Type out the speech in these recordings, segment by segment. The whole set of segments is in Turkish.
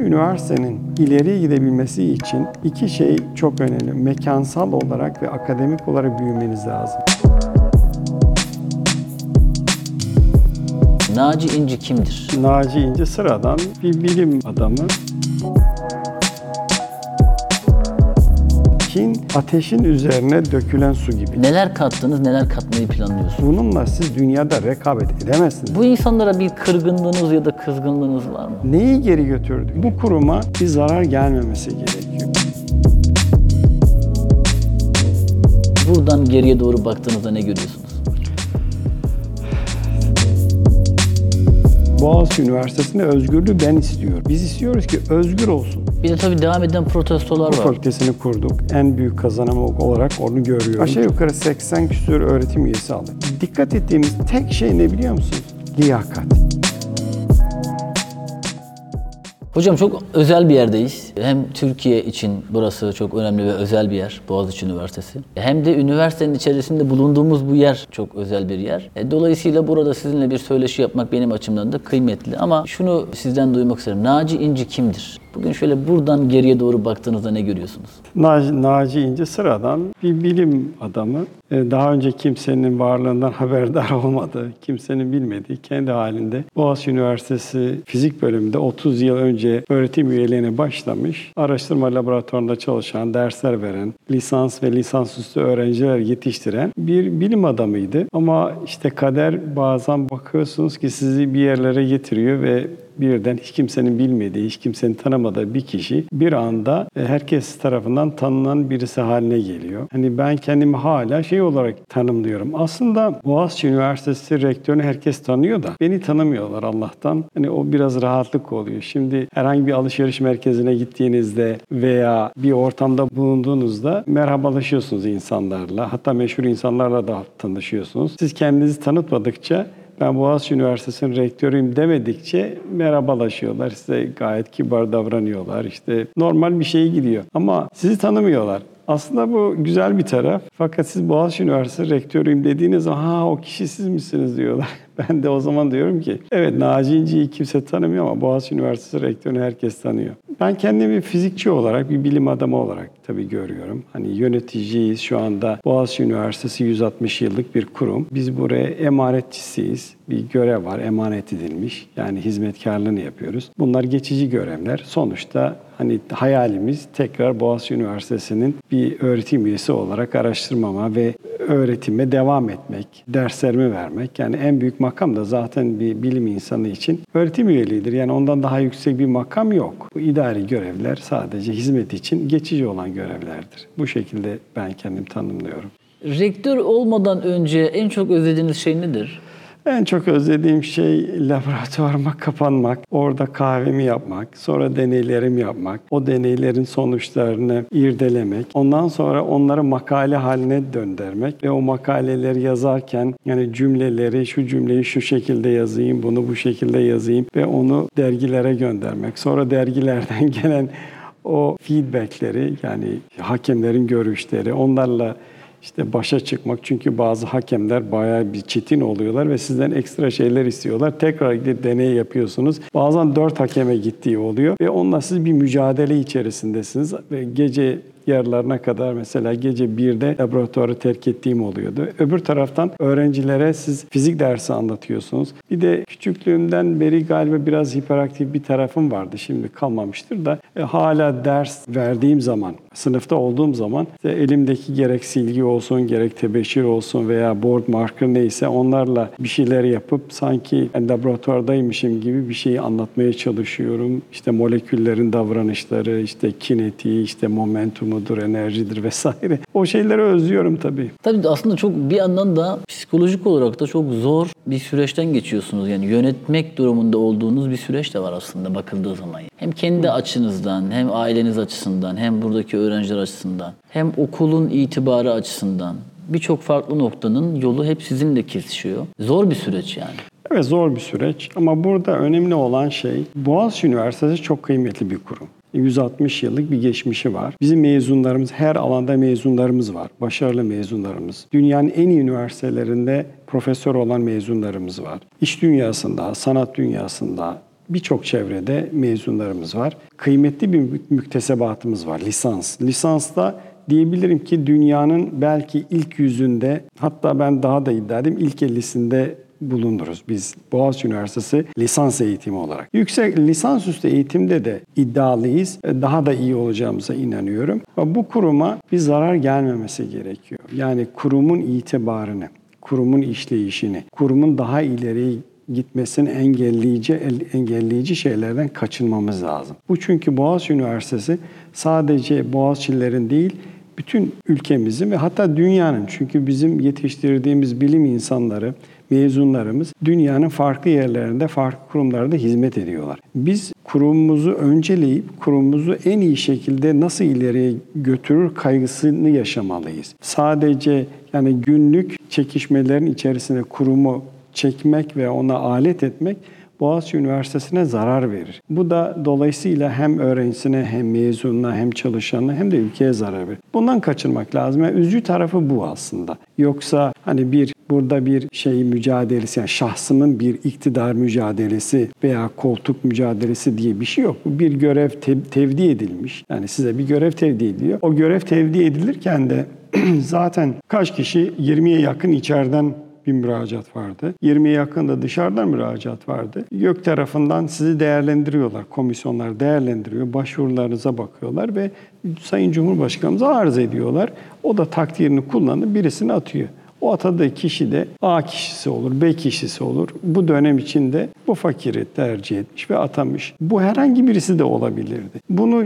üniversitenin ileriye gidebilmesi için iki şey çok önemli. Mekansal olarak ve akademik olarak büyümeniz lazım. Naci İnci kimdir? Naci İnci sıradan bir bilim adamı. Çin, ateşin üzerine dökülen su gibi. Neler kattınız, neler katmayı planlıyorsunuz? Bununla siz dünyada rekabet edemezsiniz. Bu insanlara bir kırgınlığınız ya da kızgınlığınız var mı? Neyi geri götürdük? Bu kuruma bir zarar gelmemesi gerekiyor. Buradan geriye doğru baktığınızda ne görüyorsunuz? Boğaziçi Üniversitesi'nde özgürlüğü ben istiyorum. Biz istiyoruz ki özgür olsun. Bir de tabii devam eden protestolar var. Fakültesini kurduk. En büyük kazanım olarak onu görüyorum. Aşağı yukarı 80 küsur öğretim üyesi aldık. Dikkat ettiğimiz tek şey ne biliyor musunuz? Liyakat. Hocam çok özel bir yerdeyiz. Hem Türkiye için burası çok önemli ve özel bir yer, Boğaziçi Üniversitesi. Hem de üniversitenin içerisinde bulunduğumuz bu yer çok özel bir yer. Dolayısıyla burada sizinle bir söyleşi yapmak benim açımdan da kıymetli. Ama şunu sizden duymak isterim. Naci İnci kimdir? Bugün şöyle buradan geriye doğru baktığınızda ne görüyorsunuz? Naci İnci sıradan bir bilim adamı. Daha önce kimsenin varlığından haberdar olmadığı, kimsenin bilmediği, kendi halinde Boğaziçi Üniversitesi Fizik Bölümünde 30 yıl önce öğretim üyeliğine başlamış, araştırma laboratuvarında çalışan, dersler veren, lisans ve lisansüstü öğrenciler yetiştiren bir bilim adamıydı. Ama işte kader bazen bakıyorsunuz ki sizi bir yerlere getiriyor ve birden hiç kimsenin bilmediği, hiç kimsenin tanımadığı bir kişi bir anda herkes tarafından tanınan birisi haline geliyor. Hani ben kendimi hala şey olarak tanımlıyorum. Aslında Boğaziçi Üniversitesi rektörünü herkes tanıyor da beni tanımıyorlar Allah'tan. Hani o biraz rahatlık oluyor. Şimdi herhangi bir alışveriş merkezine gittiğinizde veya bir ortamda bulunduğunuzda merhabalaşıyorsunuz insanlarla. Hatta meşhur insanlarla da tanışıyorsunuz. Siz kendinizi tanıtmadıkça ben Boğaziçi Üniversitesi'nin rektörüyüm demedikçe merhabalaşıyorlar. Size gayet kibar davranıyorlar. İşte normal bir şey gidiyor. Ama sizi tanımıyorlar. Aslında bu güzel bir taraf. Fakat siz Boğaziçi Üniversitesi rektörüyüm dediğiniz zaman o kişi siz misiniz diyorlar. Ben de o zaman diyorum ki evet Naci İnci'yi kimse tanımıyor ama Boğaziçi Üniversitesi rektörünü herkes tanıyor. Ben kendimi bir fizikçi olarak, bir bilim adamı olarak tabii görüyorum. Hani yöneticiyiz şu anda. Boğaziçi Üniversitesi 160 yıllık bir kurum. Biz buraya emanetçisiyiz. Bir görev var, emanet edilmiş. Yani hizmetkarlığını yapıyoruz. Bunlar geçici görevler. Sonuçta hani hayalimiz tekrar Boğaziçi Üniversitesi'nin bir öğretim üyesi olarak araştırmama ve öğretime devam etmek, derslerimi vermek. Yani en büyük makam da zaten bir bilim insanı için öğretim üyeliğidir. Yani ondan daha yüksek bir makam yok. Bu idari görevler sadece hizmet için geçici olan görevlerdir. Bu şekilde ben kendim tanımlıyorum. Rektör olmadan önce en çok özlediğiniz şey nedir? En çok özlediğim şey laboratuvarıma kapanmak, orada kahvemi yapmak, sonra deneylerimi yapmak, o deneylerin sonuçlarını irdelemek, ondan sonra onları makale haline döndürmek ve o makaleleri yazarken yani cümleleri, şu cümleyi şu şekilde yazayım, bunu bu şekilde yazayım ve onu dergilere göndermek. Sonra dergilerden gelen o feedbackleri yani hakemlerin görüşleri onlarla İşte başa çıkmak çünkü bazı hakemler bayağı bir çetin oluyorlar ve sizden ekstra şeyler istiyorlar. Tekrar gidip deney yapıyorsunuz. Bazen 4 hakeme gittiği oluyor ve onunla siz bir mücadele içerisindesiniz ve gece yarılarına kadar mesela gece 1'de laboratuvarı terk ettiğim oluyordu. Öbür taraftan öğrencilere siz fizik dersi anlatıyorsunuz. Bir de küçüklüğümden beri galiba biraz hiperaktif bir tarafım vardı. Şimdi kalmamıştır da hala ders verdiğim zaman, sınıfta olduğum zaman işte elimdeki gerek silgi olsun, gerek tebeşir olsun veya board marker neyse onlarla bir şeyler yapıp sanki ben laboratuvardaymışım gibi bir şeyi anlatmaya çalışıyorum. İşte moleküllerin davranışları, işte kinetiği, işte momentum mudur, enerjidir vesaire. O şeyleri özlüyorum tabii. Tabii aslında çok bir yandan da psikolojik olarak da çok zor bir süreçten geçiyorsunuz. Yani yönetmek durumunda olduğunuz bir süreç de var aslında bakıldığı zaman. Hem kendi açınızdan, hem aileniz açısından, hem buradaki öğrenciler açısından, hem okulun itibarı açısından birçok farklı noktanın yolu hep sizinle kesişiyor. Zor bir süreç yani. Evet zor bir süreç ama burada önemli olan şey Boğaziçi Üniversitesi çok kıymetli bir kurum. 160 yıllık bir geçmişi var. Bizim mezunlarımız, her alanda mezunlarımız var. Başarılı mezunlarımız. Dünyanın en iyi üniversitelerinde profesör olan mezunlarımız var. İş dünyasında, sanat dünyasında, Birçok çevrede mezunlarımız var. Kıymetli bir müktesebatımız var, lisans. Lisansta diyebilirim ki dünyanın belki ilk yüzünde, hatta ben daha da iddia edeyim ilk 50'sinde bulunuruz biz Boğaziçi Üniversitesi lisans eğitimi olarak. Yüksek lisansüstü eğitimde de iddialıyız. Daha da iyi olacağımıza inanıyorum. Bu kuruma bir zarar gelmemesi gerekiyor. Yani kurumun itibarını, kurumun işleyişini, kurumun daha ileriye gitmesini engelleyici şeylerden kaçınmamız lazım. Bu çünkü Boğaziçi Üniversitesi sadece Boğaziçi'lilerin değil, bütün ülkemizin ve hatta dünyanın, çünkü bizim yetiştirdiğimiz bilim insanları, mezunlarımız dünyanın farklı yerlerinde, farklı kurumlarda hizmet ediyorlar. Biz kurumumuzu önceleyip kurumumuzu en iyi şekilde nasıl ileriye götürür kaygısını yaşamalıyız. Sadece yani günlük çekişmelerin içerisine kurumu çekmek ve ona alet etmek Boğaziçi Üniversitesi'ne zarar verir. Bu da dolayısıyla hem öğrencisine, hem mezununa, hem çalışanına, hem de ülkeye zarar verir. Bundan kaçınmak lazım. Yani üzücü tarafı bu aslında. Yoksa hani burada bir mücadelesi, yani şahsımın bir iktidar mücadelesi veya koltuk mücadelesi diye bir şey yok. Bu bir görev tevdi edilmiş. Yani size bir görev tevdi ediliyor. O görev tevdi edilirken de zaten kaç kişi 20'ye yakın içeriden bir müracaat vardı. 20'ye yakın da dışarıdan müracaat vardı. YÖK tarafından sizi değerlendiriyorlar. Komisyonlar değerlendiriyor. Başvurularınıza bakıyorlar ve Sayın Cumhurbaşkanımıza arz ediyorlar. O da takdirini kullanıp birisini atıyor. O atadığı kişi de A kişisi olur, B kişisi olur. Bu dönem içinde bu fakiri tercih etmiş ve atamış. Bu herhangi birisi de olabilirdi. Bunu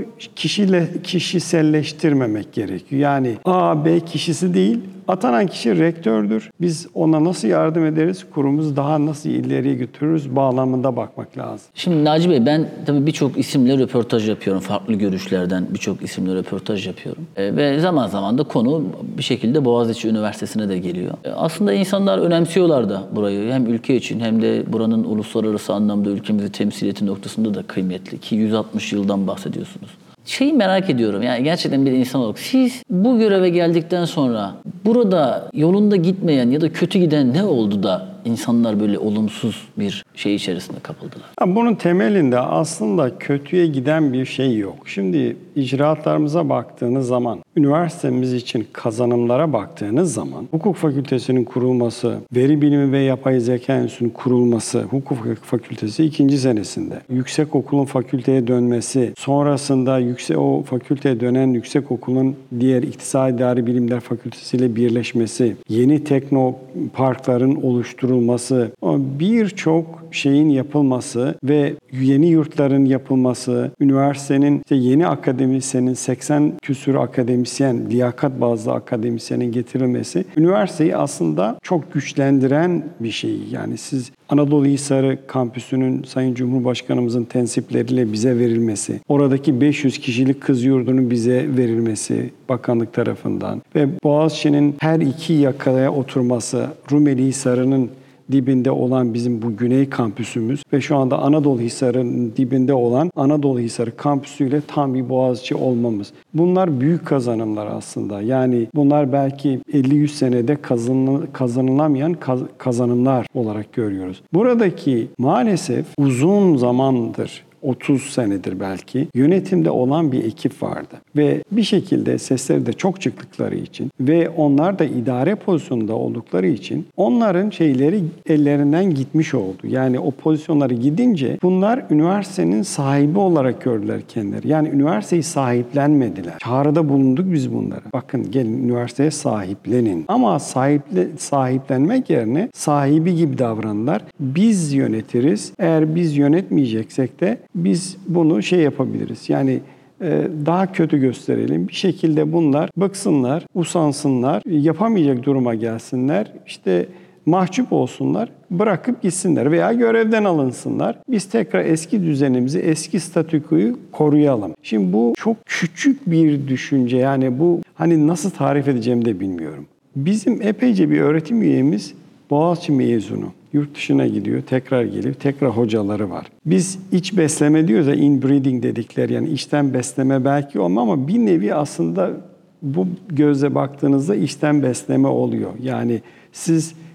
kişiselleştirmemek gerekiyor. Yani A, B kişisi değil, atanan kişi rektördür. Biz ona nasıl yardım ederiz, kurumumuzu daha nasıl ileriye götürürüz bağlamında bakmak lazım. Şimdi Naci Bey, ben tabii birçok isimle röportaj yapıyorum. Farklı görüşlerden birçok isimle röportaj yapıyorum. Ve zaman zaman da konu bir şekilde Boğaziçi Üniversitesi'ne de geliyor. Aslında insanlar önemsiyorlar da burayı. Hem ülke için hem de buranın uluslararası anlamda ülkemizi temsiliyeti noktasında da kıymetli. Ki 160 yıldan bahsediyorsunuz. Şeyi merak ediyorum, yani gerçekten bir insan olarak siz bu göreve geldikten sonra burada yolunda gitmeyen ya da kötü giden ne oldu da insanlar böyle olumsuz bir şey içerisinde kapıldılar? Bunun temelinde aslında kötüye giden bir şey yok. Şimdi icraatlarımıza baktığınız zaman, üniversitemiz için kazanımlara baktığınız zaman, hukuk fakültesinin kurulması, veri bilimi ve yapay zeka enstitüsünün kurulması, hukuk fakültesi 2. senesinde, yüksekokulun fakülteye dönmesi, sonrasında o fakülteye dönen yüksekokulun diğer İktisadi İdari Bilimler Fakültesiyle birleşmesi, yeni teknoparkların oluşturulması, birçok şeyin yapılması ve yeni yurtların yapılması, üniversitenin yeni akademisyenin 80 küsur akademisyen, liyakat bazlı akademisyenin getirilmesi, üniversiteyi aslında çok güçlendiren bir şey. Yani siz Anadolu Hisarı kampüsünün Sayın Cumhurbaşkanımızın tensipleriyle bize verilmesi, oradaki 500 kişilik kız yurdunun bize verilmesi bakanlık tarafından ve Boğaziçi'nin her iki yakaya oturması, Rumeli Hisarı'nın dibinde olan bizim bu Güney kampüsümüz ve şu anda Anadolu Hisarı'nın dibinde olan Anadolu Hisarı kampüsüyle tam bir Boğaziçi olmamız. Bunlar büyük kazanımlar aslında. Yani bunlar belki 50-100 senede kazanılamayan kazanımlar olarak görüyoruz. Buradaki maalesef uzun zamandır, 30 senedir belki yönetimde olan bir ekip vardı. Ve bir şekilde sesleri de çok çıktıkları için ve onlar da idare pozisyonunda oldukları için onların şeyleri ellerinden gitmiş oldu. Yani o pozisyonları gidince bunlar üniversitenin sahibi olarak gördüler kendileri. Yani üniversiteyi sahiplenmediler. Çağrıda bulunduk biz bunlara. Bakın gelin üniversiteye sahiplenin. Ama sahiplenmek yerine sahibi gibi davranırlar. Biz yönetiriz. Eğer biz yönetmeyeceksek de biz bunu yapabiliriz. Yani daha kötü gösterelim. Bir şekilde bunlar bıksınlar, usansınlar, yapamayacak duruma gelsinler. İşte mahcup olsunlar, bırakıp gitsinler veya görevden alınsınlar. Biz tekrar eski düzenimizi, eski statükoyu koruyalım. Şimdi bu çok küçük bir düşünce. Yani bu nasıl tarif edeceğimi de bilmiyorum. Bizim epeyce bir öğretim üyemiz Boğaziçi mezunu. Yurt dışına gidiyor, tekrar geliyor, tekrar hocaları var. Biz iç besleme diyoruz ya, inbreeding dedikleri, yani içten besleme belki ama bir nevi aslında bu gözle baktığınızda içten besleme oluyor. Yani siz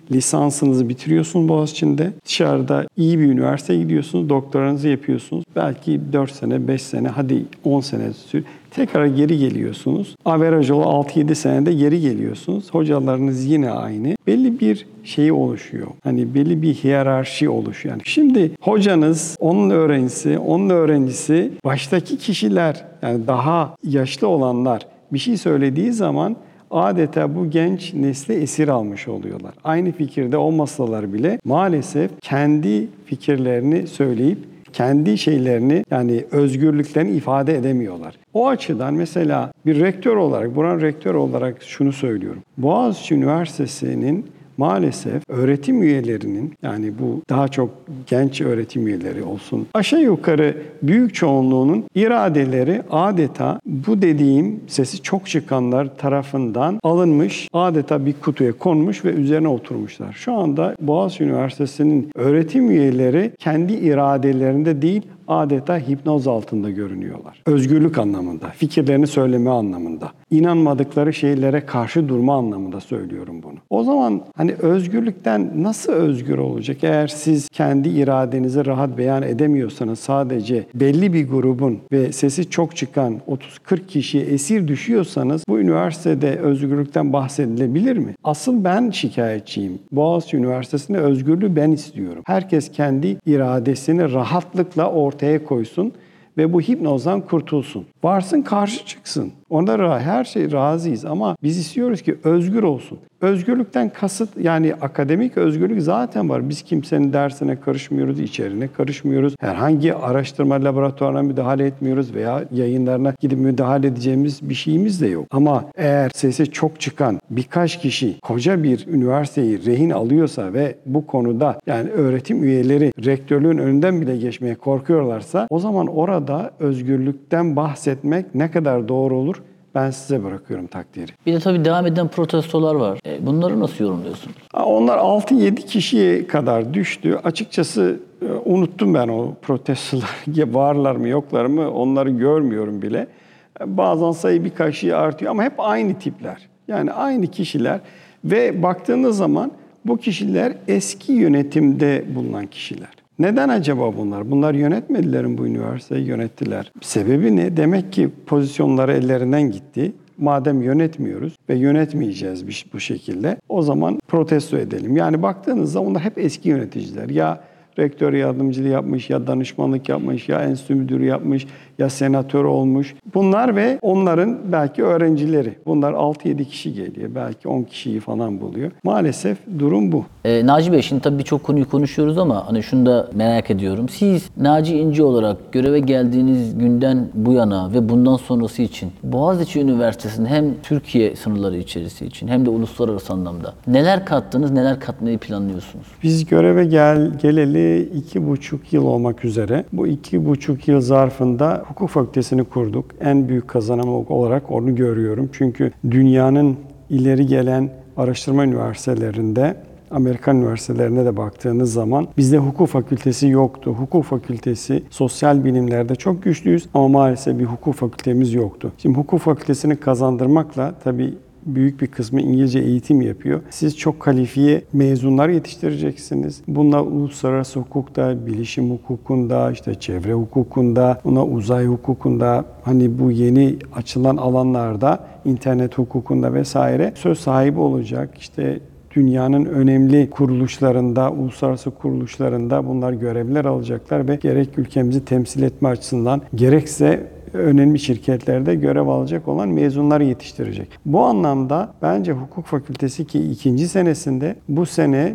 lisansınızı bitiriyorsunuz Boğaziçi'nde. Dışarıda iyi bir üniversiteye gidiyorsunuz, doktoranızı yapıyorsunuz. Belki 4 sene, 5 sene, hadi 10 sene sürüyor. Tekrar geri geliyorsunuz. Averaj olarak 6-7 senede geri geliyorsunuz. Hocalarınız yine aynı. Belli bir şey oluşuyor. Hani belli bir hiyerarşi oluşuyor. Yani şimdi hocanız, onun öğrencisi, onun öğrencisi, baştaki kişiler, yani daha yaşlı olanlar bir şey söylediği zaman adeta bu genç nesli esir almış oluyorlar. Aynı fikirde olmasalar bile maalesef kendi fikirlerini söyleyip kendi şeylerini, yani özgürlüklerini ifade edemiyorlar. O açıdan mesela bir rektör olarak, buranın rektör olarak şunu söylüyorum. Boğaziçi Üniversitesi'nin maalesef öğretim üyelerinin, yani bu daha çok genç öğretim üyeleri olsun, aşağı yukarı büyük çoğunluğunun iradeleri adeta bu dediğim sesi çok çıkanlar tarafından alınmış, adeta bir kutuya konmuş ve üzerine oturmuşlar. Şu anda Boğaziçi Üniversitesi'nin öğretim üyeleri kendi iradelerinde değil, adeta hipnoz altında görünüyorlar. Özgürlük anlamında, fikirlerini söyleme anlamında, inanmadıkları şeylere karşı durma anlamında söylüyorum bunu. O zaman hani özgürlükten nasıl özgür olacak? Eğer siz kendi iradenizi rahat beyan edemiyorsanız, sadece belli bir grubun ve sesi çok çıkan 30-40 kişiye esir düşüyorsanız, bu üniversitede özgürlükten bahsedilebilir mi? Asıl ben şikayetçiyim. Boğaziçi Üniversitesi'nde özgürlüğü ben istiyorum. Herkes kendi iradesini rahatlıkla ortaya koysun ve bu hipnozdan kurtulsun. Varsın, karşı çıksın. Onda her şey razıyız ama biz istiyoruz ki özgür olsun. Özgürlükten kasıt, yani akademik özgürlük zaten var. Biz kimsenin dersine karışmıyoruz, içeriğine karışmıyoruz. Herhangi araştırma laboratuvarına müdahale etmiyoruz veya yayınlarına gidip müdahale edeceğimiz bir şeyimiz de yok. Ama eğer sesi çok çıkan birkaç kişi koca bir üniversiteyi rehin alıyorsa ve bu konuda yani öğretim üyeleri rektörlüğün önünden bile geçmeye korkuyorlarsa, o zaman orada özgürlükten bahsetmek ne kadar doğru olur? Ben size bırakıyorum takdiri. Bir de tabii devam eden protestolar var. Bunları nasıl yorumluyorsunuz? Onlar 6-7 kişiye kadar düştü. Açıkçası unuttum ben o protestolar. Varlar mı yoklar mı onları görmüyorum bile. Bazen sayı birkaç şey artıyor ama hep aynı tipler. Yani aynı kişiler ve baktığınız zaman bu kişiler eski yönetimde bulunan kişiler. Neden acaba bunlar? Bunlar yönetmediler mi bu üniversiteyi? Yönettiler. Sebebi ne? Demek ki pozisyonları ellerinden gitti. Madem yönetmiyoruz ve yönetmeyeceğiz bu şekilde, o zaman protesto edelim. Yani baktığınızda onlar hep eski yöneticiler. Ya rektör yardımcılığı yapmış, ya danışmanlık yapmış, ya enstitü müdürü yapmış, ya senatör olmuş. Bunlar ve onların belki öğrencileri. Bunlar 6-7 kişi geliyor. Belki 10 kişiyi falan buluyor. Maalesef durum bu. Naci Bey, şimdi tabii birçok konuyu konuşuyoruz ama hani şunu da merak ediyorum. Siz Naci İnci olarak göreve geldiğiniz günden bu yana ve bundan sonrası için Boğaziçi Üniversitesi'nin hem Türkiye sınırları içerisi için hem de uluslararası anlamda neler kattınız, neler katmayı planlıyorsunuz? Biz göreve geleli 2,5 yıl olmak üzere. Bu 2,5 yıl zarfında hukuk fakültesini kurduk. En büyük kazanım olarak onu görüyorum. Çünkü dünyanın ileri gelen araştırma üniversitelerinde, Amerikan üniversitelerine de baktığınız zaman bizde hukuk fakültesi yoktu. Hukuk fakültesi sosyal bilimlerde çok güçlüyüz ama maalesef bir hukuk fakültemiz yoktu. Şimdi hukuk fakültesini kazandırmakla tabii büyük bir kısmı İngilizce eğitim yapıyor. Siz çok kalifiye mezunlar yetiştireceksiniz. Bunlar uluslararası hukukta, bilişim hukukunda, işte çevre hukukunda, uzay hukukunda, hani bu yeni açılan alanlarda, internet hukukunda vesaire söz sahibi olacak. İşte dünyanın önemli kuruluşlarında, uluslararası kuruluşlarında bunlar görevler alacaklar ve gerek ülkemizi temsil etme açısından gerekse önemli şirketlerde görev alacak olan mezunları yetiştirecek. Bu anlamda bence hukuk fakültesi ki 2. senesinde bu sene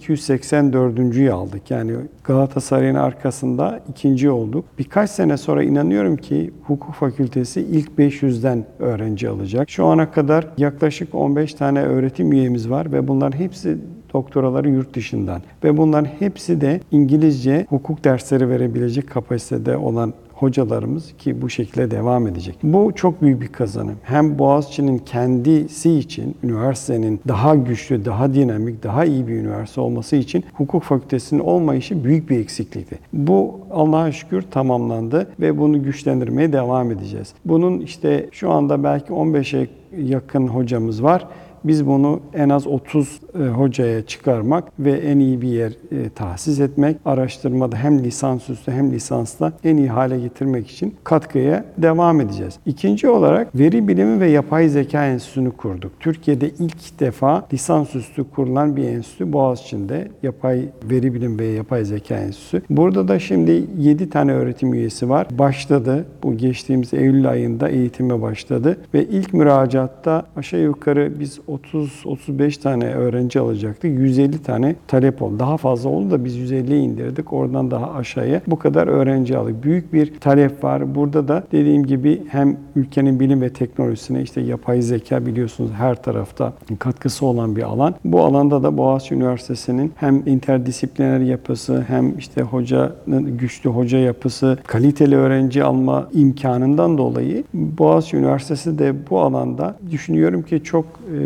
1284'üncüyü aldık. Yani Galatasaray'ın arkasında 2. olduk. Birkaç sene sonra inanıyorum ki hukuk fakültesi ilk 500'den öğrenci alacak. Şu ana kadar yaklaşık 15 tane öğretim üyemiz var ve bunların hepsi doktoraları yurt dışından. Ve bunların hepsi de İngilizce hukuk dersleri verebilecek kapasitede olan hocalarımız ki bu şekilde devam edecek. Bu çok büyük bir kazanım. Hem Boğaziçi'nin kendisi için, üniversitenin daha güçlü, daha dinamik, daha iyi bir üniversite olması için hukuk fakültesinin olmayışı büyük bir eksiklikti. Bu Allah'a şükür tamamlandı ve bunu güçlendirmeye devam edeceğiz. Bunun işte şu anda belki 15'e yakın hocamız var biz bunu en az 30 hocaya çıkarmak ve en iyi bir yer tahsis etmek, araştırmada hem lisansüstü hem lisansta en iyi hale getirmek için katkıya devam edeceğiz. İkinci olarak veri bilimi ve yapay zeka enstitüsünü kurduk. Türkiye'de ilk defa lisansüstü kurulan bir enstitü Boğaziçi'nde yapay veri bilim ve yapay zeka enstitüsü. Burada da şimdi 7 tane öğretim üyesi var. Başladı. Bu geçtiğimiz Eylül ayında eğitime başladı ve ilk müracaatta aşağı yukarı biz 30-35 tane öğrenci alacaktık. 150 tane talep oldu. Daha fazla oldu da biz 150'ye indirdik. Oradan daha aşağıya bu kadar öğrenci aldık. Büyük bir talep var. Burada da dediğim gibi hem ülkenin bilim ve teknolojisine işte yapay zeka biliyorsunuz her tarafta katkısı olan bir alan. Bu alanda da Boğaziçi Üniversitesi'nin hem interdisipliner yapısı hem işte hocanın güçlü hoca yapısı, kaliteli öğrenci alma imkanından dolayı Boğaziçi Üniversitesi de bu alanda düşünüyorum ki çok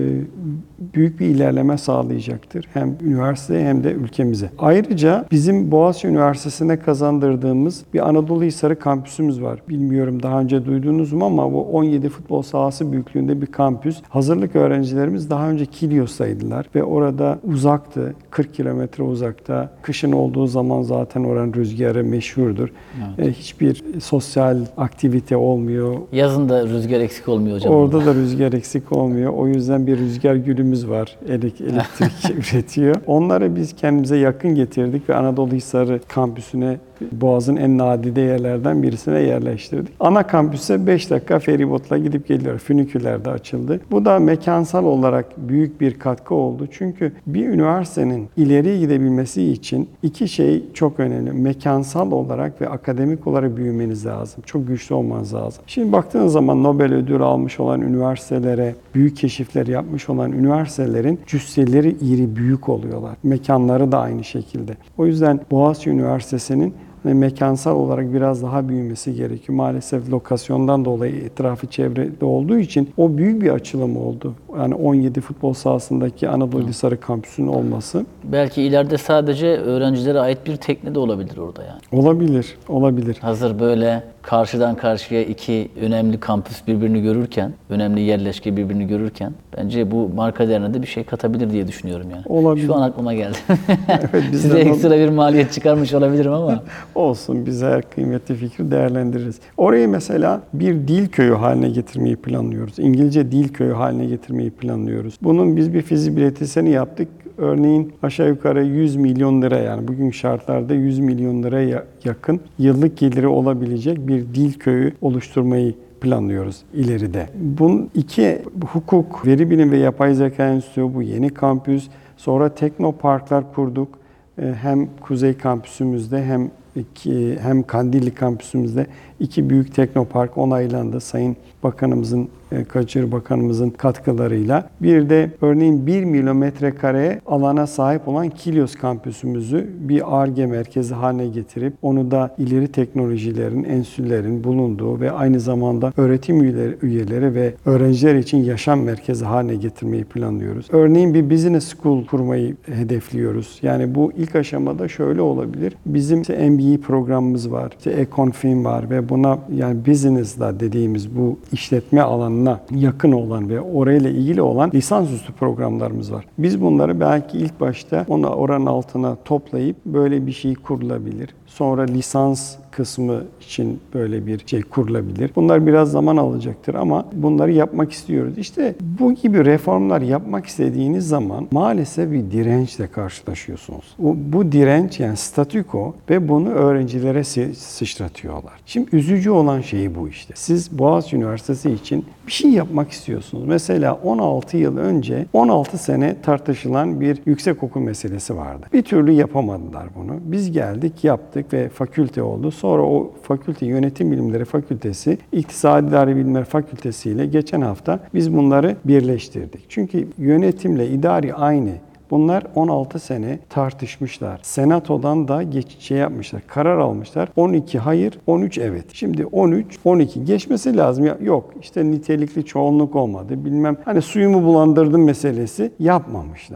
büyük bir ilerleme sağlayacaktır. Hem üniversiteye hem de ülkemize. Ayrıca bizim Boğaziçi Üniversitesi'ne kazandırdığımız bir Anadolu Hisarı kampüsümüz var. Bilmiyorum daha önce duydunuz mu ama bu 17 futbol sahası büyüklüğünde bir kampüs. Hazırlık öğrencilerimiz daha önce Kilyos'taydılar ve orada uzaktı. 40 kilometre uzakta. Kışın olduğu zaman zaten oranın rüzgarı meşhurdur. Evet. Hiçbir sosyal aktivite olmuyor. Yazın da rüzgar eksik olmuyor hocam. Orada da rüzgar eksik olmuyor. O yüzden bir rüzgar gülümüz var. Elektrik üretiyor. Onları biz kendimize yakın getirdik ve Anadolu Hisarı kampüsüne Boğaz'ın en nadide yerlerden birisine yerleştirdik. Ana kampüse 5 dakika feribotla gidip geliyor. Füniküler de açıldı. Bu da mekansal olarak büyük bir katkı oldu. Çünkü bir üniversitenin ileriye gidebilmesi için iki şey çok önemli. Mekansal olarak ve akademik olarak büyümeniz lazım. Çok güçlü olmanız lazım. Şimdi baktığınız zaman Nobel ödülü almış olan üniversitelere, büyük keşifler yapmış olan üniversitelerin cüsseleri iri büyük oluyorlar. Mekanları da aynı şekilde. O yüzden Boğaziçi Üniversitesi'nin mekansal olarak biraz daha büyümesi gerekiyor. Maalesef lokasyondan dolayı etrafı çevrede olduğu için o büyük bir açılım oldu. Yani 17 futbol sahasındaki Anadolu Hisarı kampüsünün olması. Belki ileride sadece öğrencilere ait bir tekne de olabilir orada yani. Olabilir. Hazır böyle karşıdan karşıya iki önemli kampüs birbirini görürken, önemli yerleşke birbirini görürken bence bu marka değerine de bir şey katabilir diye düşünüyorum yani. Olabilir. Şu an aklıma geldi. Evet, Size ekstra bir maliyet çıkarmış olabilirim ama. Olsun, biz her kıymetli fikri değerlendiririz. Orayı mesela bir dil köyü haline getirmeyi planlıyoruz. İngilizce dil köyü haline getirmeyi planlıyoruz. Bunun biz bir fizibilitesini yaptık. Örneğin aşağı yukarı 100 milyon lira yani bugün şartlarda 100 milyon liraya yakın yıllık geliri olabilecek bir dil köyü oluşturmayı planlıyoruz ileride. Bunun iki hukuk, veri bilim ve yapay zeka enstitüsü bu yeni kampüs. Sonra teknoparklar kurduk. Hem Kuzey kampüsümüzde hem Kandilli kampüsümüzde iki büyük teknopark onaylandı. Sayın Bakanımızın, Kaçır Bakanımızın katkılarıyla. Bir de örneğin 1 milyon metrekare alana sahip olan Kilyos kampüsümüzü bir Ar-Ge merkezi haline getirip onu da ileri teknolojilerin, enstitülerin bulunduğu ve aynı zamanda öğretim üyeleri ve öğrenciler için yaşam merkezi haline getirmeyi planlıyoruz. Örneğin bir business school kurmayı hedefliyoruz. Yani bu ilk aşamada şöyle olabilir. Bizim MBA programımız var, Econfin var ve buna yani business'la dediğimiz bu işletme alanına yakın olan ve orayla ilgili olan lisansüstü programlarımız var. Biz bunları belki ilk başta oranın altına toplayıp böyle bir şey kurulabilir. Sonra lisans kısmı için böyle bir şey kurulabilir. Bunlar biraz zaman alacaktır ama bunları yapmak istiyoruz. İşte bu gibi reformlar yapmak istediğiniz zaman maalesef bir dirençle karşılaşıyorsunuz. Bu direnç yani statüko ve bunu öğrencilere sıçratıyorlar. Şimdi üzücü olan şey bu işte. Siz Boğaziçi Üniversitesi için bir şey yapmak istiyorsunuz. Mesela 16 yıl önce 16 sene tartışılan bir yüksekokul meselesi vardı. Bir türlü yapamadılar bunu. Biz geldik, yaptık ve fakülte oldu. Sonra o fakülte Yönetim Bilimleri Fakültesi, İktisadi İdari Bilimler Fakültesi ile geçen hafta biz bunları birleştirdik. Çünkü yönetimle idari aynı. Bunlar 16 sene tartışmışlar. Senatodan da yapmışlar, karar almışlar. 12 hayır, 13 evet. Şimdi 13, 12 geçmesi lazım. Yok işte nitelikli çoğunluk olmadı. Bilmem hani suyumu bulandırdım meselesi yapmamışlar.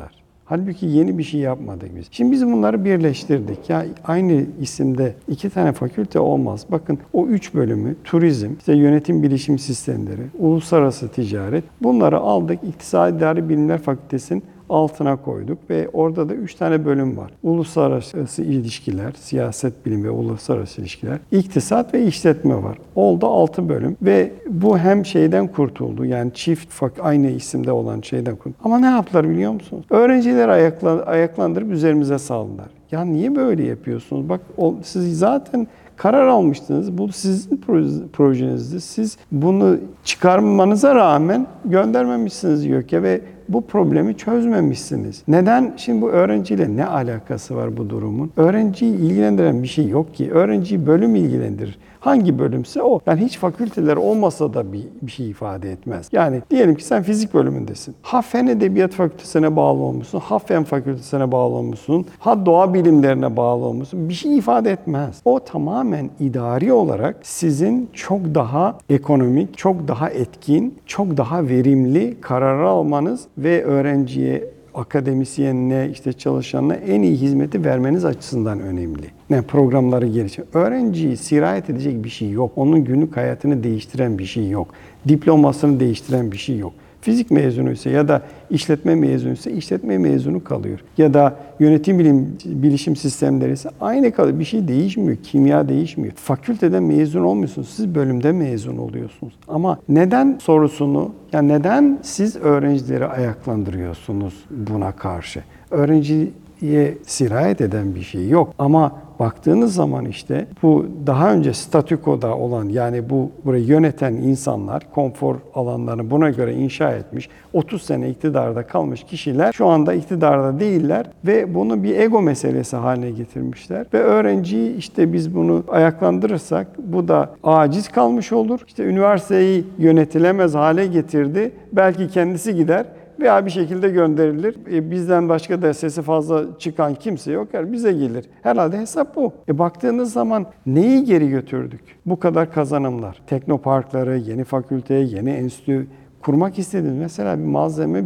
Halbuki yeni bir şey yapmadık biz. Şimdi biz bunları birleştirdik. Ya aynı isimde 2 tane fakülte olmaz. Bakın o 3 bölümü turizm, işte yönetim bilişim sistemleri, uluslararası ticaret bunları aldık. İktisadi İdari Bilimler Fakültesi'nin altına koyduk ve orada da 3 tane bölüm var. Uluslararası ilişkiler, siyaset bilimi ve uluslararası ilişkiler, iktisat ve işletme var. Oldu 6 bölüm ve bu hem şeyden kurtuldu. Yani çift aynı isimde olan şeyden kurtuldu. Ama ne yaptılar biliyor musunuz? Öğrencileri ayaklandırıp üzerimize saldılar. Ya niye böyle yapıyorsunuz? Bak siz zaten karar almıştınız. Bu sizin projenizdi. Siz bunu çıkarmanıza rağmen göndermemişsiniz YÖK'e ve bu problemi çözmemişsiniz. Neden? Şimdi bu öğrenciyle ne alakası var bu durumun? Öğrenciyi ilgilendiren bir şey yok ki. Öğrenciyi bölüm ilgilendirir. Hangi bölümse o. Yani hiç fakülteler olmasa da bir şey ifade etmez. Yani diyelim ki sen fizik bölümündesin. Ha Fen Edebiyat Fakültesine bağlı olmuşsun, ha Fen Fakültesine bağlı olmuşsun, ha Doğa Bilimlerine bağlı olmuşsun. Bir şey ifade etmez. O tamamen idari olarak sizin çok daha ekonomik, çok daha etkin, çok daha verimli karar almanız ve öğrenciye, akademisyenine, işte çalışanına en iyi hizmeti vermeniz açısından önemli. Yani programları geliştir. Öğrenciyi sirayet edecek bir şey yok. Onun günlük hayatını değiştiren bir şey yok. Diplomasını değiştiren bir şey yok. Fizik mezunuysa ya da işletme mezunuysa işletme mezunu kalıyor. Ya da yönetim bilişim sistemleri ise aynı kalıyor. Bir şey değişmiyor. Kimya değişmiyor. Fakülteden mezun olmuyorsunuz. Siz bölümde mezun oluyorsunuz. Ama neden sorusunu, yani neden siz öğrencileri ayaklandırıyorsunuz buna karşı? Öğrenciye sirayet eden bir şey yok. Ama baktığınız zaman işte bu daha önce statükoda olan, yani burayı yöneten insanlar konfor alanlarını buna göre inşa etmiş, 30 sene iktidarda kalmış kişiler şu anda iktidarda değiller ve bunu bir ego meselesi haline getirmişler. Ve öğrenciyi işte biz bunu ayaklandırırsak bu da aciz kalmış olur. İşte üniversiteyi yönetilemez hale getirdi. Belki kendisi gider veya bir şekilde gönderilir. Bizden başka da sesi fazla çıkan kimse yok. Yani bize gelir. Herhalde hesap bu. Baktığınız zaman neyi geri götürdük? Bu kadar kazanımlar. Teknoparkları, yeni fakülteye, yeni enstitü kurmak istediniz. Mesela bir malzeme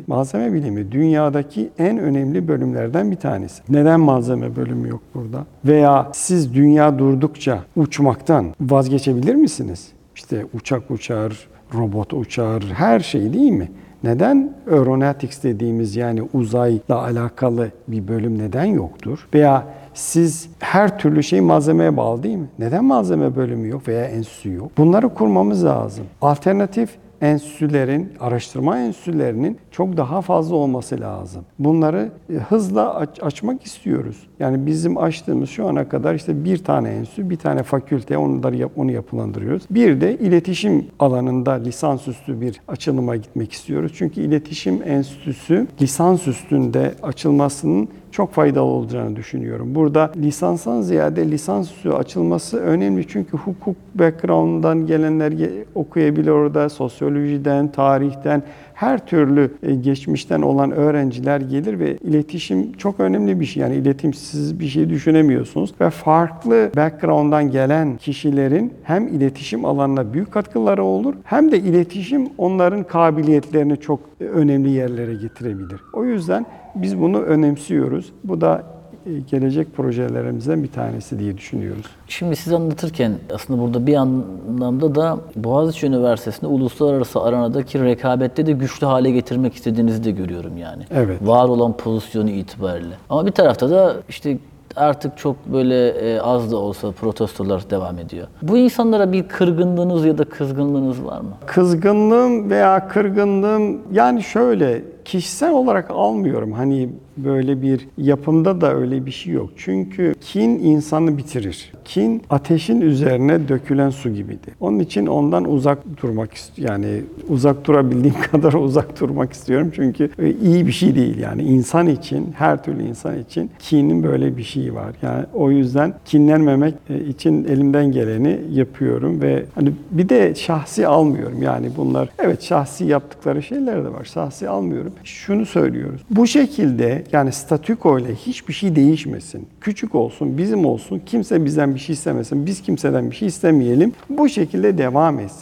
bilimi dünyadaki en önemli bölümlerden bir tanesi. Neden malzeme bölümü yok burada? Veya siz dünya durdukça uçmaktan vazgeçebilir misiniz? İşte uçak uçar, robot uçar, her şey değil mi? Neden aeronautics dediğimiz, yani uzayla alakalı bir bölüm neden yoktur? Veya siz her türlü şey malzemeye bağlı değil mi? Neden malzeme bölümü yok veya enstitüsü yok? Bunları kurmamız lazım. Alternatif enstitülerin, araştırma enstitülerinin çok daha fazla olması lazım. Bunları hızla açmak istiyoruz. Yani bizim açtığımız şu ana kadar işte bir tane enstitü, bir tane fakülte, onu yapılandırıyoruz. Bir de iletişim alanında lisansüstü bir açılıma gitmek istiyoruz. Çünkü iletişim enstitüsü lisansüstünde açılmasının çok faydalı olacağını düşünüyorum. Burada lisanstan ziyade lisansüstü açılması önemli. Çünkü hukuk background'dan gelenler okuyabilir orada, sosyolojiden, tarihten, her türlü geçmişten olan öğrenciler gelir ve iletişim çok önemli bir şey. Yani iletişimsiz bir şey düşünemiyorsunuz. Ve farklı background'dan gelen kişilerin hem iletişim alanına büyük katkıları olur, hem de iletişim onların kabiliyetlerini çok önemli yerlere getirebilir. O yüzden biz bunu önemsiyoruz. Bu da gelecek projelerimizden bir tanesi diye düşünüyoruz. Şimdi siz anlatırken aslında burada bir anlamda da Boğaziçi Üniversitesi'nde uluslararası arenadaki rekabette de güçlü hale getirmek istediğinizi de görüyorum yani. Evet. Var olan pozisyonu itibariyle. Ama bir tarafta da işte artık çok böyle az da olsa protestolar devam ediyor. Bu insanlara bir kırgınlığınız ya da kızgınlığınız var mı? Kızgınlığım veya kırgınlığım, yani şöyle kişisel olarak almıyorum. Hani böyle bir yapımda da öyle bir şey yok. Çünkü kin insanı bitirir. Kin ateşin üzerine dökülen su gibidir. Onun için ondan uzak durmak istiyorum. Yani uzak durabildiğim kadar uzak durmak istiyorum. Çünkü iyi bir şey değil yani. İnsan için, her türlü insan için kinin böyle bir şeyi var. Yani o yüzden kinlenmemek için elimden geleni yapıyorum ve hani bir de şahsi almıyorum. Yani bunlar evet şahsi yaptıkları şeyler de var. Şahsi almıyorum. Şunu söylüyoruz. Bu şekilde, yani statüko ile hiçbir şey değişmesin. Küçük olsun, bizim olsun, kimse bizden bir şey istemesin, biz kimseden bir şey istemeyelim. Bu şekilde devam etsin.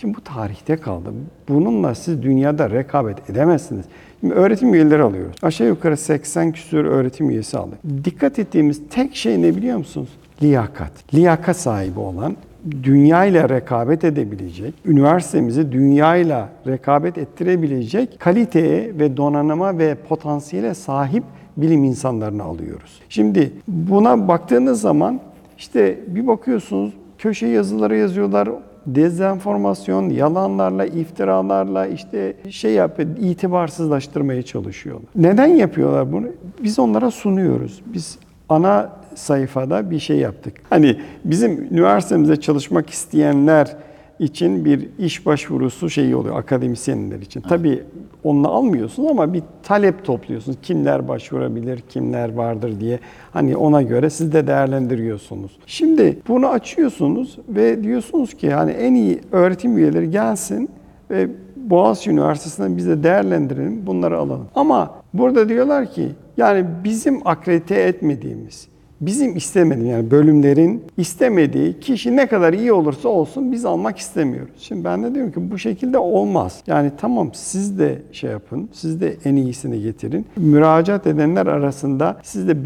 Şimdi bu tarihte kaldı. Bununla siz dünyada rekabet edemezsiniz. Şimdi öğretim üyeleri alıyoruz. Aşağı yukarı 80 küsur öğretim üyesi aldık. Dikkat ettiğimiz tek şey ne biliyor musunuz? Liyakat. Liyakat sahibi olan, dünyayla rekabet edebilecek, üniversitemizi dünyayla rekabet ettirebilecek kaliteye ve donanıma ve potansiyele sahip bilim insanlarını alıyoruz. Şimdi buna baktığınız zaman işte bir bakıyorsunuz köşe yazıları yazıyorlar, dezenformasyon, yalanlarla, iftiralarla işte itibarsızlaştırmaya çalışıyorlar. Neden yapıyorlar bunu? Biz onlara sunuyoruz. Biz ana sayfada bir şey yaptık. Hani bizim üniversitemize çalışmak isteyenler için bir iş başvurusu şeyi oluyor akademisyenler için. Tabii onu almıyorsunuz ama bir talep topluyorsunuz. Kimler başvurabilir, kimler vardır diye. Hani ona göre siz de değerlendiriyorsunuz. Şimdi bunu açıyorsunuz ve diyorsunuz ki hani en iyi öğretim üyeleri gelsin ve Boğaziçi Üniversitesi'nden bize değerlendirelim, bunları alalım. Ama burada diyorlar ki yani bizim akredite etmediğimiz, bizim istemediğimiz yani bölümlerin istemediği kişi ne kadar iyi olursa olsun biz almak istemiyoruz. Şimdi ben de diyorum ki bu şekilde olmaz. Yani tamam siz de şey yapın, siz de en iyisini getirin. Müracaat edenler arasında siz de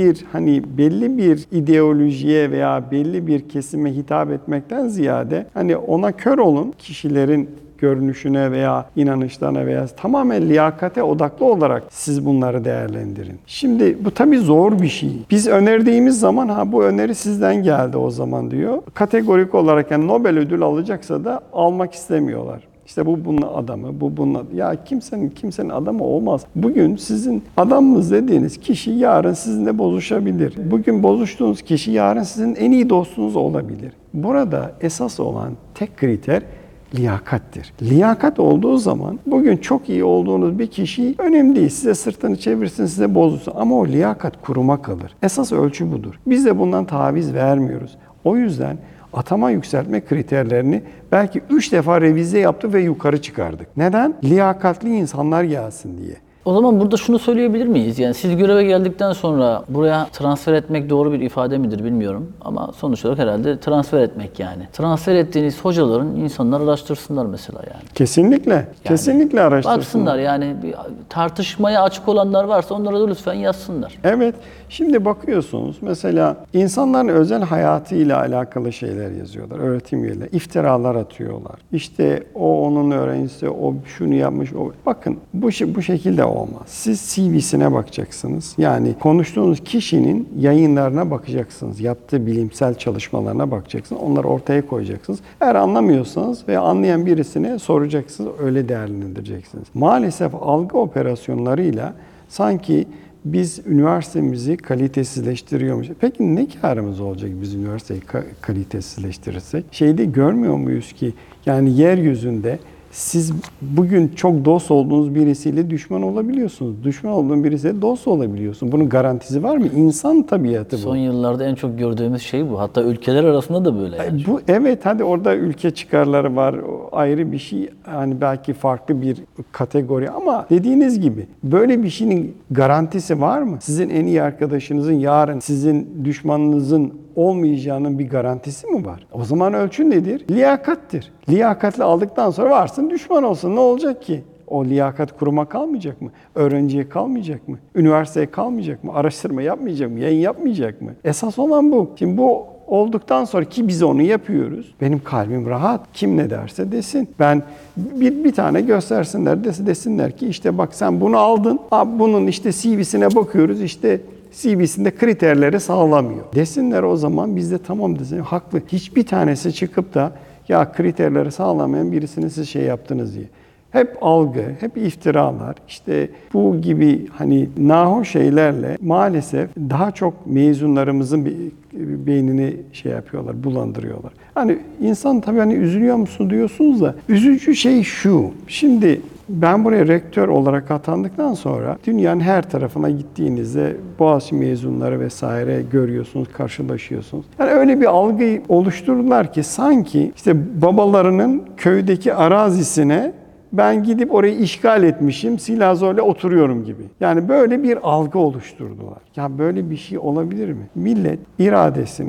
belli bir ideolojiye veya belli bir kesime hitap etmekten ziyade hani ona kör olun kişilerin görünüşüne veya inanışlarına veya tamamen liyakate odaklı olarak siz bunları değerlendirin. Şimdi bu tabii zor bir şey. Biz önerdiğimiz zaman bu öneri sizden geldi o zaman diyor. Kategorik olarak yani Nobel ödülü alacaksa da almak istemiyorlar. İşte bu bunun adamı, bu bunun adamı. Ya kimsenin adamı olmaz. Bugün sizin adamınız dediğiniz kişi yarın sizinle bozuşabilir. Bugün bozuştuğunuz kişi yarın sizin en iyi dostunuz olabilir. Burada esas olan tek kriter liyakattir. Liyakat olduğu zaman bugün çok iyi olduğunuz bir kişi önemli değil. Size sırtını çevirsin, size bozulsun. Ama o liyakat kuruma kalır. Esas ölçü budur. Biz de bundan taviz vermiyoruz. O yüzden atama yükseltme kriterlerini belki 3 defa revize yaptık ve yukarı çıkardık. Neden? Liyakatli insanlar gelsin diye. O zaman burada şunu söyleyebilir miyiz? Yani siz göreve geldikten sonra buraya transfer etmek doğru bir ifade midir bilmiyorum. Ama sonuç olarak herhalde transfer etmek yani. Transfer ettiğiniz hocaların insanlar araştırsınlar mesela yani. Kesinlikle. Kesinlikle araştırsınlar. Baksınlar yani bir tartışmaya açık olanlar varsa onlara da lütfen yazsınlar. Evet. Şimdi bakıyorsunuz mesela insanların özel hayatıyla alakalı şeyler yazıyorlar. Öğretim üyeleri. İftiralar atıyorlar. İşte o onun öğrencisi, o şunu yapmış. Bakın bu şekilde olmaz. Siz CV'sine bakacaksınız. Yani konuştuğunuz kişinin yayınlarına bakacaksınız. Yaptığı bilimsel çalışmalarına bakacaksınız. Onları ortaya koyacaksınız. Eğer anlamıyorsanız veya anlayan birisine soracaksınız. Öyle değerlendireceksiniz. Maalesef algı operasyonlarıyla sanki biz üniversitemizi kalitesizleştiriyormuş. Peki ne kârımız olacak biz üniversiteyi kalitesizleştirirsek? Şeyde görmüyor muyuz ki yani yeryüzünde siz bugün çok dost olduğunuz birisiyle düşman olabiliyorsunuz. Düşman olduğun birisiyle dost olabiliyorsun. Bunun garantisi var mı? İnsan tabiatı bu. Son yıllarda en çok gördüğümüz şey bu. Hatta ülkeler arasında da böyle yani. Evet hadi orada ülke çıkarları var. O ayrı bir şey. Hani belki farklı bir kategori ama dediğiniz gibi böyle bir şeyin garantisi var mı? Sizin en iyi arkadaşınızın yarın sizin düşmanınızın olmayacağının bir garantisi mi var? O zaman ölçü nedir? Liyakattir. Liyakatli aldıktan sonra varsın düşman olsun. Ne olacak ki? O liyakat kuruma kalmayacak mı? Öğrenciye kalmayacak mı? Üniversiteye kalmayacak mı? Araştırma yapmayacak mı? Yayın yapmayacak mı? Esas olan bu. Şimdi bu olduktan sonra ki biz onu yapıyoruz. Benim kalbim rahat. Kim ne derse desin. Ben bir tane göstersinler desinler ki işte bak sen bunu aldın. Bunun işte CV'sine bakıyoruz işte CV'sinde kriterleri sağlamıyor. Desinler o zaman biz de tamam desin. Haklı. Hiçbir tanesi çıkıp da ya kriterleri sağlamayan birisini siz şey yaptınız diye. Hep algı, hep iftiralar, işte bu gibi hani nahoş şeylerle maalesef daha çok mezunlarımızın beynini şey yapıyorlar, bulandırıyorlar. Hani insan tabii hani üzülüyor musun diyorsunuz da üzücü şey şu. Şimdi ben buraya rektör olarak atandıktan sonra dünyanın her tarafına gittiğinizde Boğaziçi mezunları vesaire görüyorsunuz, karşılaşıyorsunuz. Yani öyle bir algıyı oluşturdular ki sanki işte babalarının köydeki arazisine ben gidip orayı işgal etmişim, silah zorla oturuyorum gibi. Yani böyle bir algı oluşturdular. Ya böyle bir şey olabilir mi? Millet iradesini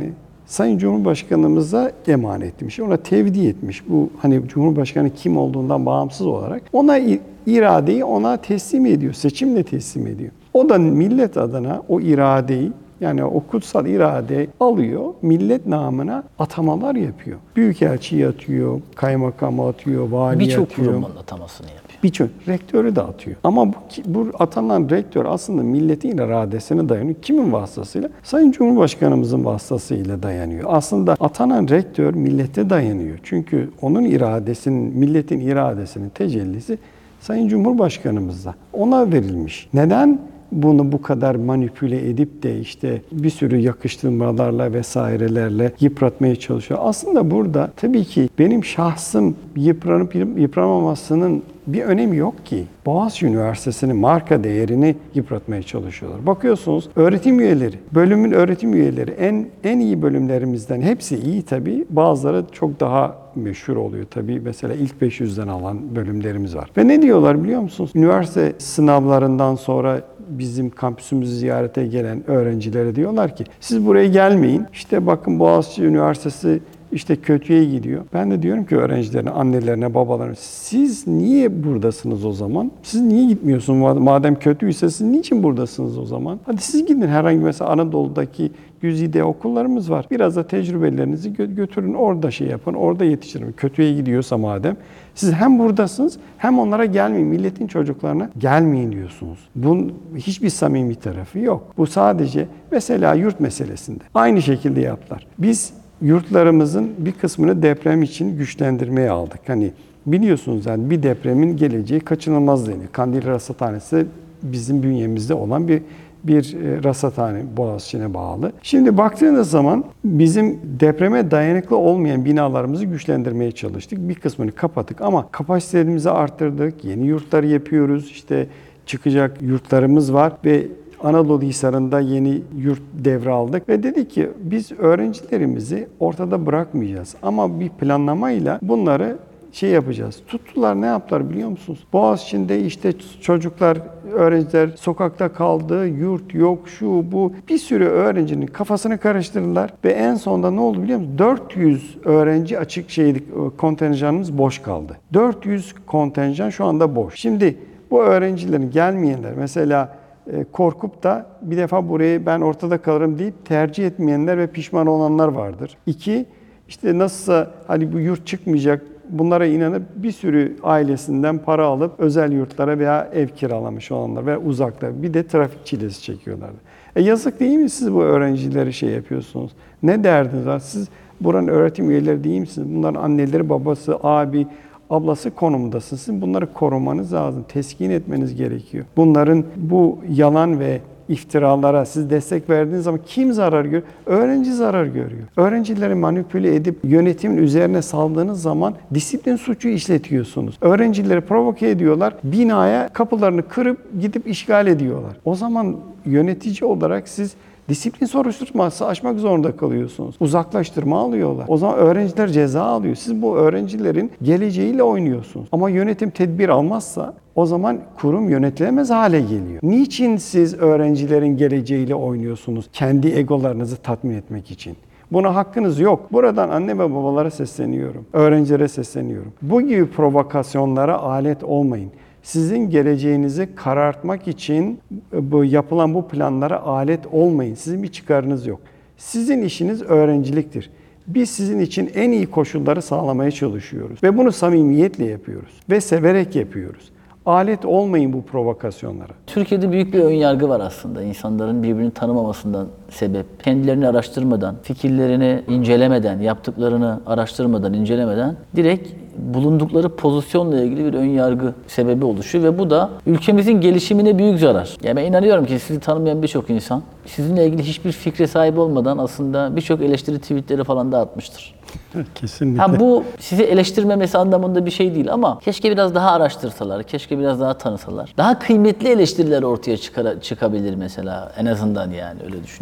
Sayın Cumhurbaşkanımıza emanet etmiş. Ona tevdi etmiş. Bu hani Cumhurbaşkanı kim olduğundan bağımsız olarak ona iradeyi ona teslim ediyor. Seçimle teslim ediyor. O da millet adına o iradeyi, yani o kutsal iradeyi alıyor, millet namına atamalar yapıyor. Büyükelçiyi atıyor, kaymakamı atıyor, vali Birçok atıyor. kurumun atamasını yapıyor. Birçok rektörü de atıyor. Ama bu atanan rektör aslında milletin iradesine dayanıyor. Kimin vasıtasıyla? Sayın Cumhurbaşkanımızın vasıtasıyla dayanıyor. Aslında atanan rektör millete dayanıyor. Çünkü onun iradesinin, milletin iradesinin tecellisi Sayın Cumhurbaşkanımızda. Ona verilmiş. Neden bunu bu kadar manipüle edip de işte bir sürü yakıştırmalarla vesairelerle yıpratmaya çalışıyor? Aslında burada tabii ki benim şahsım yıpranıp yıpramamasının bir önemi yok ki. Boğaziçi Üniversitesi'nin marka değerini yıpratmaya çalışıyorlar. Bakıyorsunuz öğretim üyeleri, bölümün öğretim üyeleri en iyi bölümlerimizden hepsi iyi tabii. Bazıları çok daha meşhur oluyor tabii. Mesela ilk 500'den alan bölümlerimiz var. Ve ne diyorlar biliyor musunuz? Üniversite sınavlarından sonra bizim kampüsümüzü ziyarete gelen öğrencilere diyorlar ki siz buraya gelmeyin. İşte bakın Boğaziçi Üniversitesi işte kötüye gidiyor. Ben de diyorum ki öğrencilerine, annelerine, babalarına siz niye buradasınız o zaman? Siz niye gitmiyorsunuz? Madem kötüyse siz niçin buradasınız o zaman? Hadi siz gidin herhangi mesela Anadolu'daki güzide okullarımız var. Biraz da tecrübelerinizi götürün orada şey yapın, orada yetiştirin. Kötüye gidiyorsa madem. Siz hem buradasınız hem onlara gelmeyin. Milletin çocuklarına gelmeyin diyorsunuz. Bunun hiçbir samimi tarafı yok. Bu sadece mesela yurt meselesinde. Aynı şekilde yaptılar. Biz yurtlarımızın bir kısmını deprem için güçlendirmeye aldık. Hani biliyorsunuz yani bir depremin geleceği kaçınılmaz deniyor. Kandilli Rasathanesi bizim bünyemizde olan bir rasathane, Boğaziçi'ne bağlı. Şimdi baktığınız zaman bizim depreme dayanıklı olmayan binalarımızı güçlendirmeye çalıştık. Bir kısmını kapattık ama kapasitelerimizi arttırdık. Yeni yurtlar yapıyoruz. İşte çıkacak yurtlarımız var ve Anadolu Hisarı'nda yeni yurt devraldık ve dedik ki biz öğrencilerimizi ortada bırakmayacağız ama bir planlamayla bunları yapacağız. Tuttular ne yaptılar biliyor musunuz? Boğaziçi'nde işte çocuklar, öğrenciler sokakta kaldı, yurt yok, şu bu. Bir sürü öğrencinin kafasını karıştırdılar ve en sonunda ne oldu biliyor musunuz? 400 öğrenci açık kontenjanımız boş kaldı. 400 kontenjan şu anda boş. Şimdi bu öğrencilerin gelmeyenler mesela korkup da bir defa burayı ben ortada kalırım deyip tercih etmeyenler ve pişman olanlar vardır. 2, işte nasılsa hani bu yurt çıkmayacak, bunlara inanıp bir sürü ailesinden para alıp özel yurtlara veya ev kiralamış olanlar ve uzakta. Bir de trafik çilesi çekiyorlardı. Yazık değil mi siz bu öğrencileri yapıyorsunuz? Ne derdiniz var? Siz buranın öğretim üyeleri değil misiniz? Bunların anneleri, babası, abi, ablası konumundasınız. Sizin bunları korumanız lazım. Teskin etmeniz gerekiyor. Bunların bu yalan ve iftiralara siz destek verdiğiniz zaman kim zarar görüyor? Öğrenci zarar görüyor. Öğrencileri manipüle edip yönetimin üzerine saldığınız zaman disiplin suçu işletiyorsunuz. Öğrencileri provoke ediyorlar. Binaya kapılarını kırıp gidip işgal ediyorlar. O zaman yönetici olarak siz disiplin soruşturması açmak zorunda kalıyorsunuz. Uzaklaştırma alıyorlar. O zaman öğrenciler ceza alıyor. Siz bu öğrencilerin geleceğiyle oynuyorsunuz. Ama yönetim tedbir almazsa o zaman kurum yönetilemez hale geliyor. Niçin siz öğrencilerin geleceğiyle oynuyorsunuz? Kendi egolarınızı tatmin etmek için. Buna hakkınız yok. Buradan anne ve babalara sesleniyorum. Öğrencilere sesleniyorum. Bu gibi provokasyonlara alet olmayın. Sizin geleceğinizi karartmak için yapılan bu planlara alet olmayın. Sizin bir çıkarınız yok. Sizin işiniz öğrenciliktir. Biz sizin için en iyi koşulları sağlamaya çalışıyoruz. Ve bunu samimiyetle yapıyoruz. Ve severek yapıyoruz. Alet olmayın bu provokasyonlara. Türkiye'de büyük bir önyargı var aslında. İnsanların birbirini tanımamasından sebep. Kendilerini araştırmadan, fikirlerini incelemeden, yaptıklarını araştırmadan, incelemeden direkt bulundukları pozisyonla ilgili bir önyargı sebebi oluşuyor ve bu da ülkemizin gelişimine büyük zarar. Yani ben inanıyorum ki sizi tanımayan birçok insan sizinle ilgili hiçbir fikre sahip olmadan aslında birçok eleştiri tweetleri falan da atmıştır. Kesinlikle. Bu sizi eleştirmemesi anlamında bir şey değil ama keşke biraz daha araştırsalar, keşke biraz daha tanısalar. Daha kıymetli eleştiriler ortaya çıkabilir mesela en azından yani öyle düşünüyorum.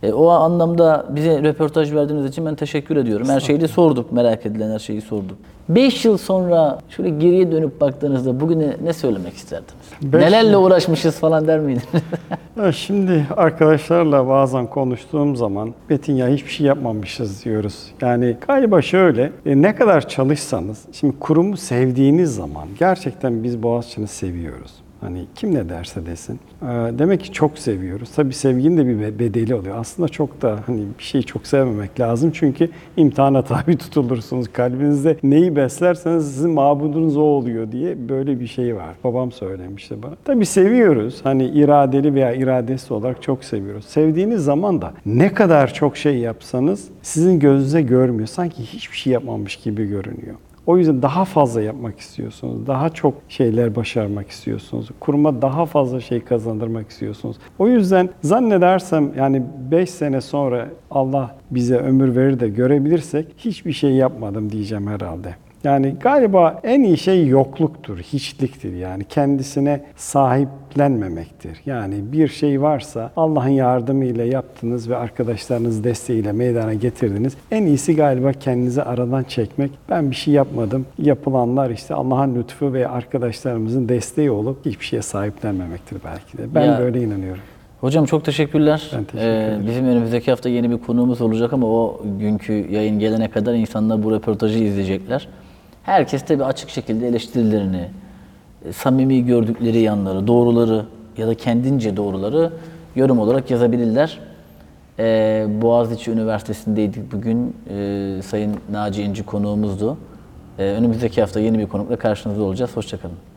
O anlamda bize röportaj verdiğiniz için ben teşekkür ediyorum. Her şeyi de sorduk, merak edilen her şeyi sorduk. 5 yıl sonra şöyle geriye dönüp baktığınızda bugüne ne söylemek isterdiniz? Nelerle uğraşmışız falan der miydiniz? Ya şimdi arkadaşlarla bazen konuştuğum zaman Metin ya hiçbir şey yapmamışız diyoruz. Yani galiba şöyle ne kadar çalışsanız şimdi kurumu sevdiğiniz zaman gerçekten biz Boğaziçi'ni seviyoruz. Hani kim ne derse desin. Demek ki çok seviyoruz. Tabii sevginin de bir bedeli oluyor. Aslında çok da hani bir şeyi çok sevmemek lazım. Çünkü imtihana tabi tutulursunuz. Kalbinizde neyi beslerseniz sizin mabudunuz o oluyor diye böyle bir şey var. Babam söylemişti bana. Tabii seviyoruz. Hani iradeli veya iradesiz olarak çok seviyoruz. Sevdiğiniz zaman da ne kadar çok şey yapsanız sizin gözünüze görmüyor. Sanki hiçbir şey yapmamış gibi görünüyor. O yüzden daha fazla yapmak istiyorsunuz. Daha çok şeyler başarmak istiyorsunuz. Kuruma daha fazla şey kazandırmak istiyorsunuz. O yüzden zannedersem yani 5 sene sonra Allah bize ömür verir de görebilirsek hiçbir şey yapmadım diyeceğim herhalde. Yani galiba en iyi şey yokluktur, hiçliktir yani kendisine sahiplenmemektir. Yani bir şey varsa Allah'ın yardımıyla yaptınız ve arkadaşlarınız desteğiyle meydana getirdiniz. En iyisi galiba kendinizi aradan çekmek. Ben bir şey yapmadım. Yapılanlar işte Allah'ın lütfu ve arkadaşlarımızın desteği olup hiçbir şeye sahiplenmemektir belki de. Ben böyle inanıyorum. Hocam çok teşekkürler. Ben teşekkür ederim. Bizim önümüzdeki hafta yeni bir konuğumuz olacak ama o günkü yayın gelene kadar insanlar bu röportajı izleyecekler. Herkes tabii açık şekilde eleştirilerini, samimi gördükleri yanları, doğruları ya da kendince doğruları yorum olarak yazabilirler. Boğaziçi Üniversitesi'ndeydik bugün. Sayın Naci İnci konuğumuzdu. Önümüzdeki hafta yeni bir konukla karşınızda olacağız. Hoşça kalın.